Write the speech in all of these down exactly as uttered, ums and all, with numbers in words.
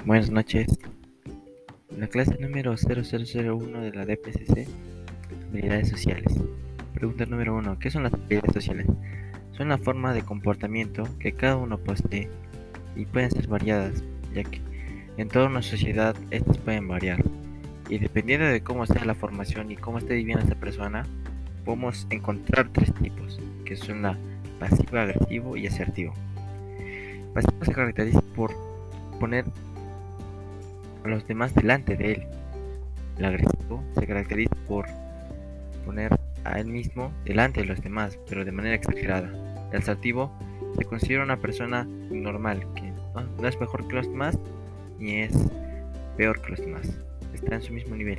Buenas noches. En la clase número cero cero cero uno de la D P C C, habilidades sociales. Pregunta número uno. ¿Qué son las habilidades sociales? Son la forma de comportamiento que cada uno posee y pueden ser variadas, ya que en toda una sociedad estas pueden variar. Y dependiendo de cómo sea la formación y cómo esté viviendo esta persona, podemos encontrar tres tipos, que son la pasivo, agresivo y asertivo. Pasivo se caracteriza por poner a los demás delante de él. El agresivo se caracteriza por poner a él mismo delante de los demás, pero de manera exagerada. El asertivo se considera una persona normal, que no, no es mejor que los demás, ni es peor que los demás. Está en su mismo nivel.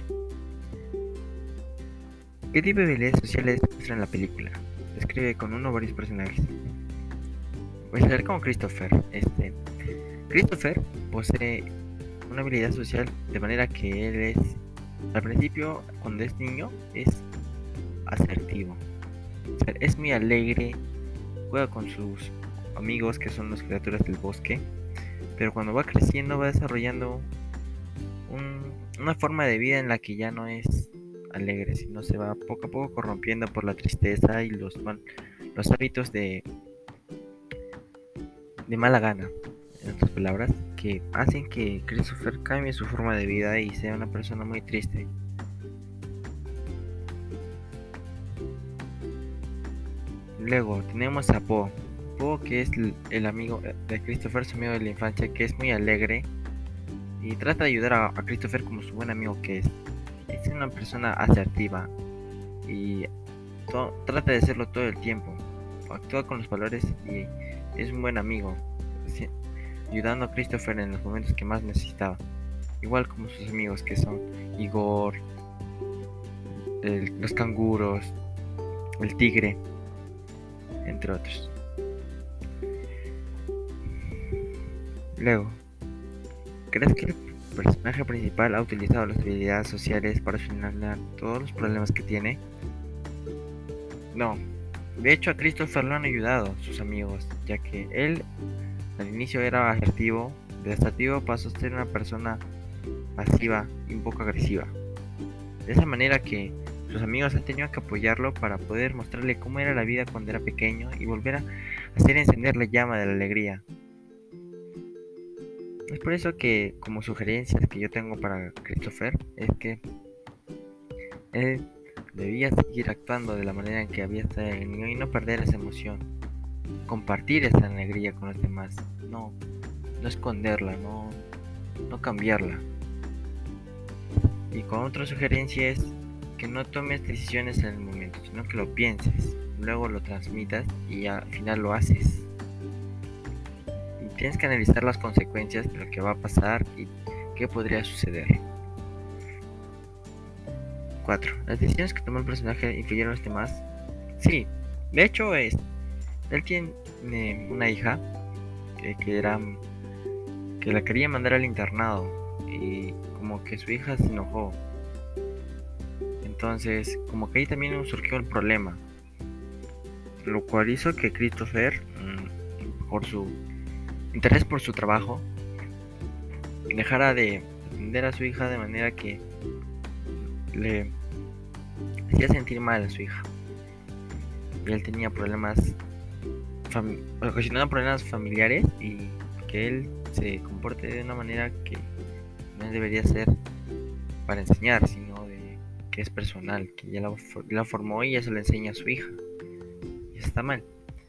¿Qué tipo de habilidades sociales muestra en la película? Describe con uno o varios personajes. Voy a leer como Christopher. Este, Christopher posee una habilidad social de manera que él es, al principio, cuando es niño, es asertivo. O sea, es muy alegre, juega con sus amigos que son las criaturas del bosque, pero cuando va creciendo va desarrollando un, una forma de vida en la que ya no es alegre, sino se va poco a poco corrompiendo por la tristeza y los, los hábitos de, de mala gana, en otras palabras, que hacen que Christopher cambie su forma de vida y sea una persona muy triste. Luego tenemos a Poe. Poe, que es el amigo de Christopher, su amigo de la infancia, que es muy alegre y trata de ayudar a, a Christopher como su buen amigo que es. Es una persona asertiva y to- trata de hacerlo todo el tiempo. Actúa con los valores y es un buen amigo, ayudando a Christopher en los momentos que más necesitaba. Igual como sus amigos que son Igor, el, los canguros, el tigre, entre otros. Luego, ¿crees que el personaje principal ha utilizado las habilidades sociales para solucionar todos los problemas que tiene? No. De hecho, a Christopher lo han ayudado sus amigos, ya que él al inicio era asertivo, de asertivo pasó a ser una persona pasiva y un poco agresiva. De esa manera que sus amigos han tenido que apoyarlo para poder mostrarle cómo era la vida cuando era pequeño y volver a hacer encender la llama de la alegría. Es por eso que, como sugerencias que yo tengo para Christopher, es que él debía seguir actuando de la manera en que había estado el niño y no perder esa emoción, compartir esa alegría con los demás, no, no esconderla, no, no cambiarla. Y con otra sugerencia es que no tomes decisiones en el momento, sino que lo pienses, luego lo transmitas y al final lo haces. Y tienes que analizar las consecuencias de lo que va a pasar y qué podría suceder. cuatro. ¿Las decisiones que tomó el personaje influyeron en los demás? Sí, de hecho es, él tiene una hija que, que era que la quería mandar al internado y como que su hija se enojó. Entonces, como que ahí también surgió el problema, lo cual hizo que Christopher, por su interés por su trabajo, dejara de atender a su hija de manera que le hacía sentir mal a su hija. Y él tenía problemas, fam- ocasionaba problemas familiares y que él se comporte de una manera que no debería ser para enseñar, sino de que es personal, que ya la, la formó y ya se lo enseña a su hija. Y eso está mal.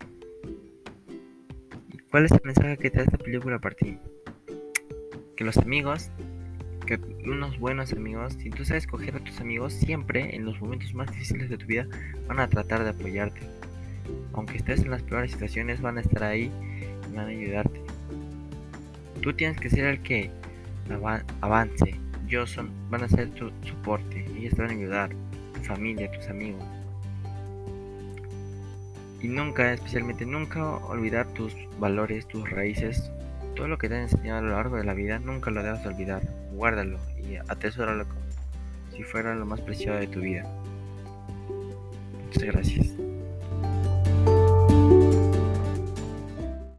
¿Y cuál es el mensaje que te da esta película para ti? Que los amigos, que unos buenos amigos, si tú sabes escoger a tus amigos, siempre en los momentos más difíciles de tu vida van a tratar de apoyarte. Aunque estés en las peores situaciones, van a estar ahí y van a ayudarte. Tú tienes que ser el que avance. Ellos son, van a ser tu soporte. Ellos te van a ayudar. Tu familia, tus amigos. Y nunca, especialmente nunca, olvidar tus valores, tus raíces. Todo lo que te han enseñado a lo largo de la vida, nunca lo debas de olvidar. Guárdalo y atesóralo como si fuera lo más preciado de tu vida. Muchas gracias.